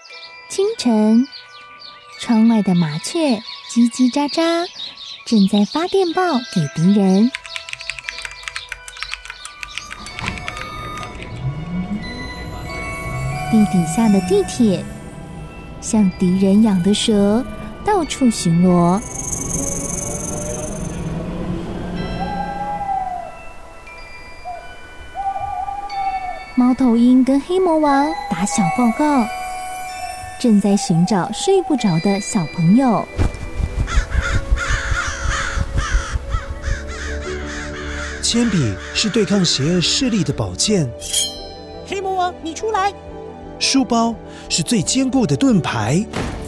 清晨，窗外的麻雀叽叽喳喳，正在发电报给敌人。地底下的地铁，像敌人养的蛇，到处巡逻。猫头鹰跟黑魔王打小报告，正在寻找睡不着的小朋友。 铅笔是对抗邪恶势力的宝剑， 黑魔王，你出来！ 书包是最坚固的盾牌，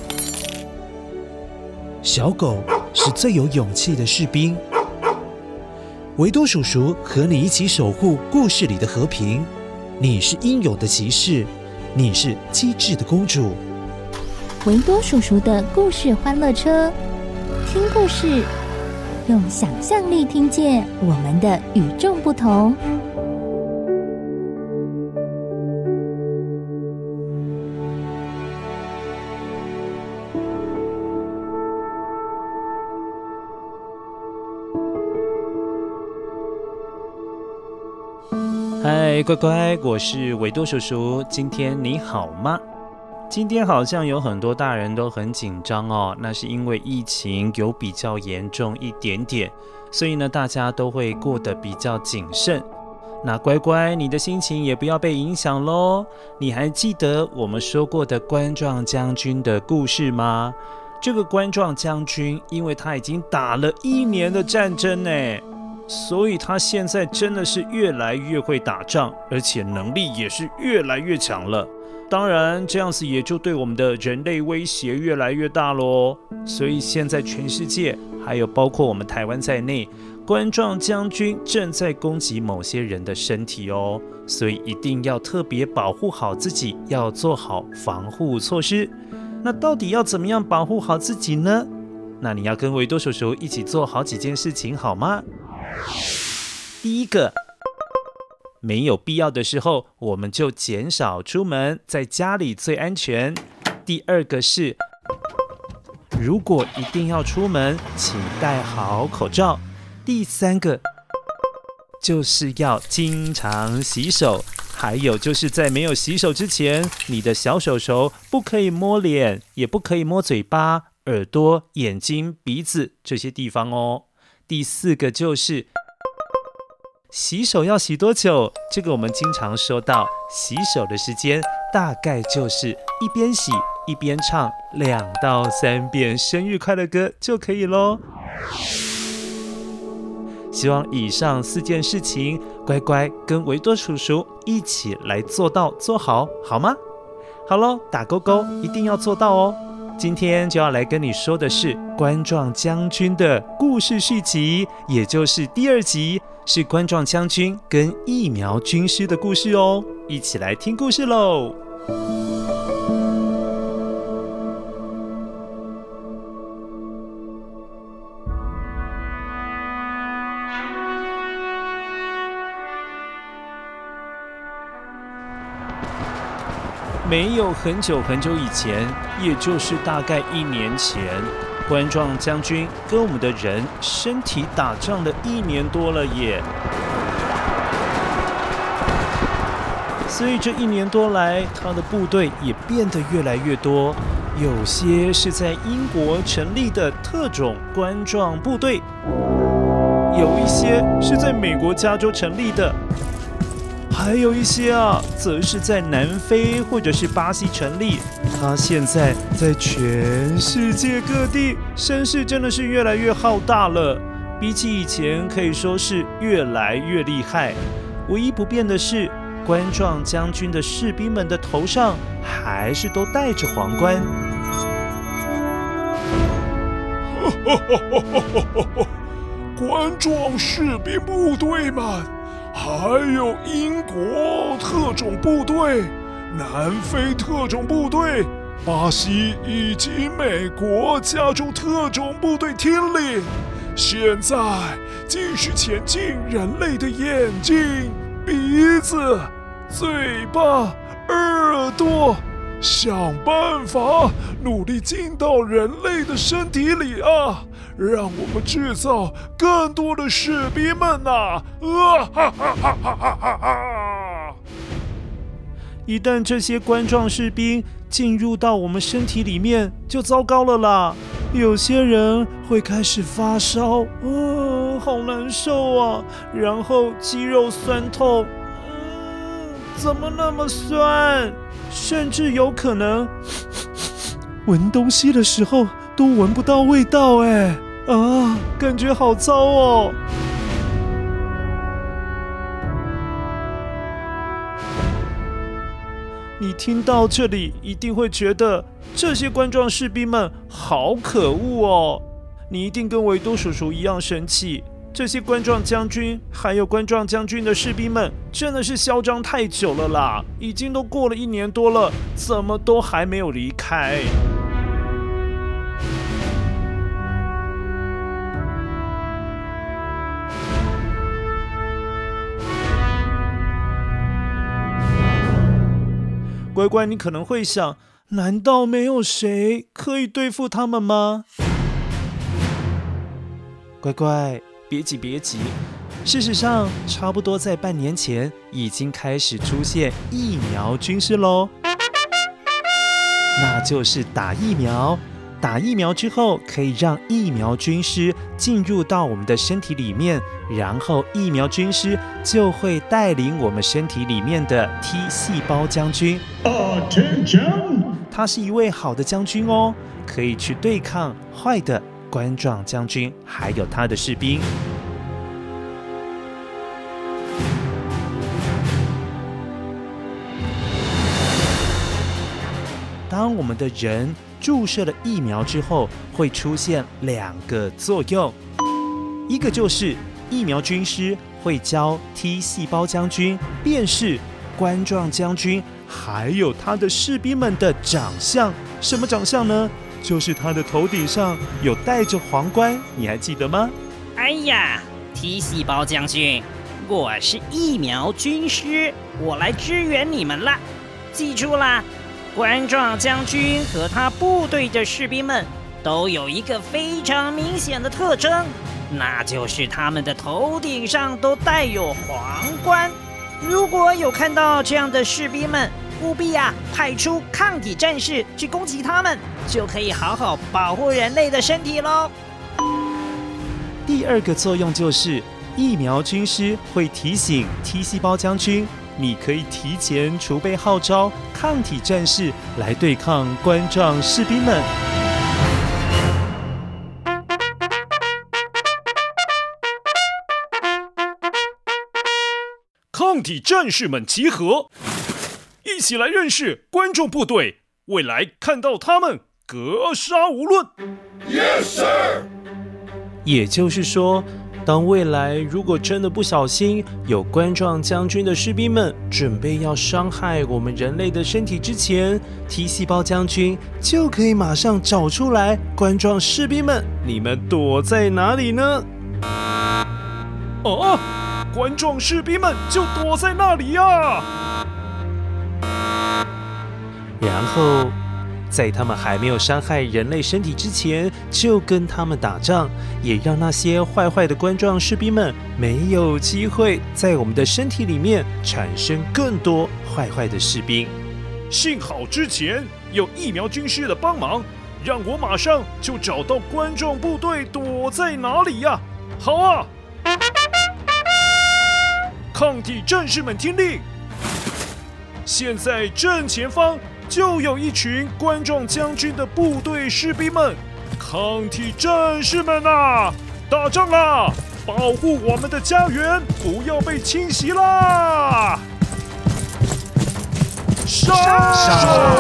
小狗是最有勇气的士兵。维多叔叔和你一起守护故事里的和平。你是英勇的骑士，你是机智的公主。 维多叔叔的故事欢乐车，听故事，用想象力听见我们的与众不同。 嗨，乖乖，我是维多叔叔，今天你好吗？今天好像有很多大人都很紧张哦，那是因为疫情有比较严重一点点，所以呢，大家都会过得比较谨慎。那乖乖，你的心情也不要被影响咯。你还记得我们说过的关壮将军的故事吗？这个关壮将军，因为他已经打了1年的战争呢，所以他现在真的是越来越会打仗，而且能力也是越来越强了。当然，这样子也就对我们的人类威胁越来越大咯。所以现在全世界，还有包括我们台湾在内，关壮将军正在攻击某些人的身体哦，所以一定要特别保护好自己，要做好防护措施。那到底要怎么样保护好自己呢？那你要跟维多叔叔一起做好几件事情好吗？第一个，没有必要的时候，我们就减少出门，在家里最安全。第二个是，如果一定要出门，请戴好口罩。第三个，就是要经常洗手。还有就是在没有洗手之前，你的小手手不可以摸脸，也不可以摸嘴巴、耳朵、眼睛、鼻子这些地方哦。第四个就是洗手要洗多久？这个我们经常说到，洗手的时间大概就是一边洗一边唱2到3遍生日快乐歌就可以咯。希望以上4件事情，乖乖跟维多叔叔一起来做到做好，好吗？好咯，打勾勾，一定要做到哦。今天就要来跟你说的是关壮将军的故事续集，也就是第2集，是关壮将军跟疫苗军师的故事哦。一起来听故事咯。没有很久很久以前，也就是大概1年前，关壮将军跟我们的人身体打仗了1年多了耶。所以这1年多来，他的部队也变得越来越多，有些是在英国成立的特种关壮部队，有一些是在美国加州成立的，还有一些则是在南非或者是巴西成立。他现在在全世界各地，声势真的是越来越浩大了，比起以前可以说是越来越厉害。唯一不变的是，关壮将军的士兵们的头上还是都戴着皇冠。 关壮士兵部队们，还有英国特种部队、南非特种部队、巴西以及美国加州特种部队听令，现在继续前进人类的眼睛、鼻子、嘴巴、耳朵， 想办法努力进到人类的身体里啊，让我们制造更多的士兵们呐！哈哈哈哈哈哈！ 一旦这些冠状士兵进入到我们身体里面，就糟糕了啦。有些人会开始发烧，好难受啊，然后肌肉酸痛，怎么那么酸？甚至有可能闻东西的时候都闻不到味道，感觉好糟哦。你听到这里一定会觉得这些冠状士兵们好可恶哦，你一定跟维多叔叔一样生气。这些冠状将军还有冠状将军的士兵们真的是嚣张太久了啦，已经都过了1年多了，怎么都还没有离开。乖乖，你可能会想，难道没有谁可以对付他们吗？乖乖，别急别急，事实上，差不多在半年前已经开始出现疫苗军师咯，那就是打疫苗。打疫苗之后，可以让疫苗军师进入到我们的身体里面，然后疫苗军师就会带领我们身体里面的 T 细胞将军。Attention！ 他是一位好的将军哦，可以去对抗坏的冠状将军，还有他的士兵。当我们的人注射了疫苗之后，会出现2个作用，一个就是疫苗军师会教 T 细胞将军辨识冠状将军还有他的士兵们的长相。什么长相呢？就是他的头顶上有戴着皇冠，你还记得吗？ 哎呀 ，T 细胞将军，我是疫苗军师，我来支援你们啦！记住啦，冠状将军和他部队的士兵们都有一个非常明显的特征，那就是他们的头顶上都带有皇冠。如果有看到这样的士兵们，务必派出抗体战士去攻击他们，就可以好好保护人类的身体咯。 第2个作用就是疫苗军师会提醒 T 细胞将军，你可以提前储备号召抗体战士来对抗冠状士兵们。 抗体战士们集合，一起来认识冠状部队，未来看到他们格杀无论。Yes, sir。 也就是说，当未来如果真的不小心有冠状将军的士兵们准备要伤害我们人类的身体之前， T 细胞将军就可以马上找出来冠状士兵们，你们躲在哪里呢？ 冠状士兵们就躲在那里呀！ 然后在他们还没有伤害人类身体之前，就跟他们打仗，也让那些坏坏的冠状士兵们没有机会在我们的身体里面产生更多坏坏的士兵。 幸好之前有疫苗军师的帮忙，让我马上就找到冠状部队躲在哪里呀！好啊！抗体战士们听令，现在正前方就有一群冠状将军的部队士兵们，抗体战士们啊，打仗啦！保护我们的家园，不要被侵袭啦！杀！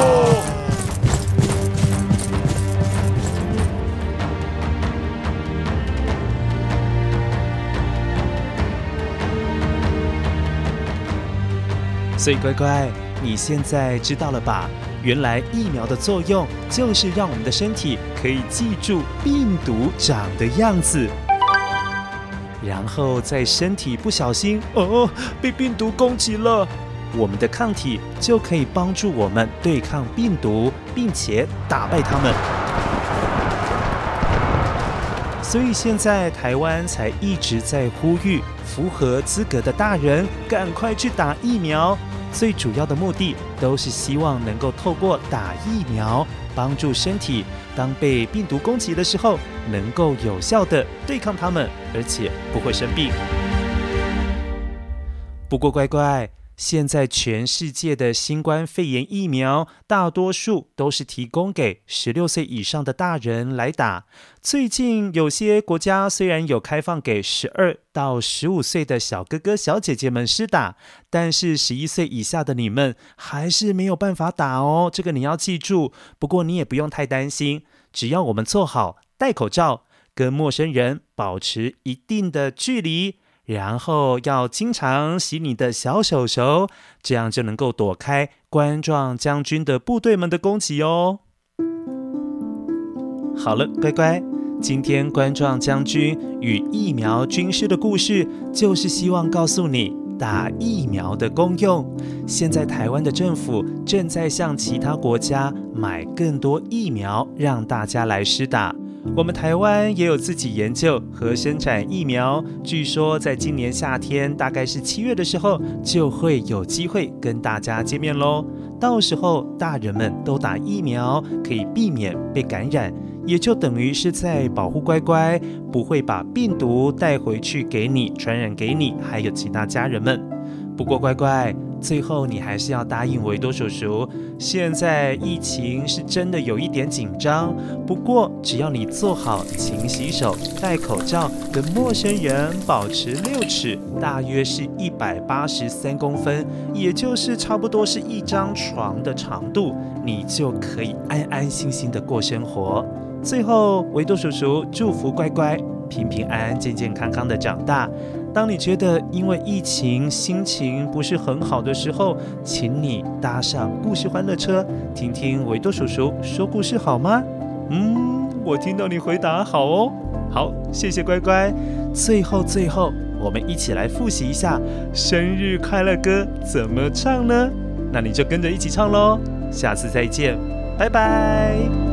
所以乖乖，你现在知道了吧？原来疫苗的作用就是让我们的身体可以记住病毒长的样子，然后在身体不小心被病毒攻击了， 我们的抗体就可以帮助我们对抗病毒，并且打败它们。所以现在台湾才一直在呼吁符合资格的大人赶快去打疫苗，最主要的目的都是希望能够透过打疫苗帮助身体当被病毒攻击的时候能够有效的对抗它们，而且不会生病。不过乖乖，现在全世界的新冠肺炎疫苗大多数都是提供给16岁以上的大人来打。最近有些国家虽然有开放给12到15岁的小哥哥小姐姐们施打，但是11岁以下的你们还是没有办法打哦，这个你要记住。不过你也不用太担心，只要我们做好戴口罩，跟陌生人保持一定的距离，然后要经常洗你的小手手，这样就能够躲开冠状将军的部队们的攻击哦。好了，乖乖，今天冠状将军与疫苗军师的故事，就是希望告诉你打疫苗的功用。现在台湾的政府正在向其他国家买更多疫苗，让大家来施打。我们台湾也有自己研究和生产疫苗，据说在今年夏天，大概是7月的时候，就会有机会跟大家见面咯。到时候大人们都打疫苗，可以避免被感染，也就等于是在保护乖乖，不会把病毒带回去给你，传染给你还有其他家人们。不过乖乖，最后你还是要答应维多叔叔，现在疫情是真的有一点紧张，不过只要你做好勤洗手、戴口罩、跟陌生人保持6尺，大约是183公分，也就是差不多是一张床的长度，你就可以安安心心的过生活。最后维多叔叔祝福乖乖平平安安、健健康康的长大。当你觉得因为疫情心情不是很好的时候，请你搭上故事欢乐车，听听维多叔叔说故事好吗？我听到你回答好哦。好，谢谢乖乖。最后，我们一起来复习一下生日快乐歌怎么唱呢？那你就跟着一起唱咯。下次再见，拜拜。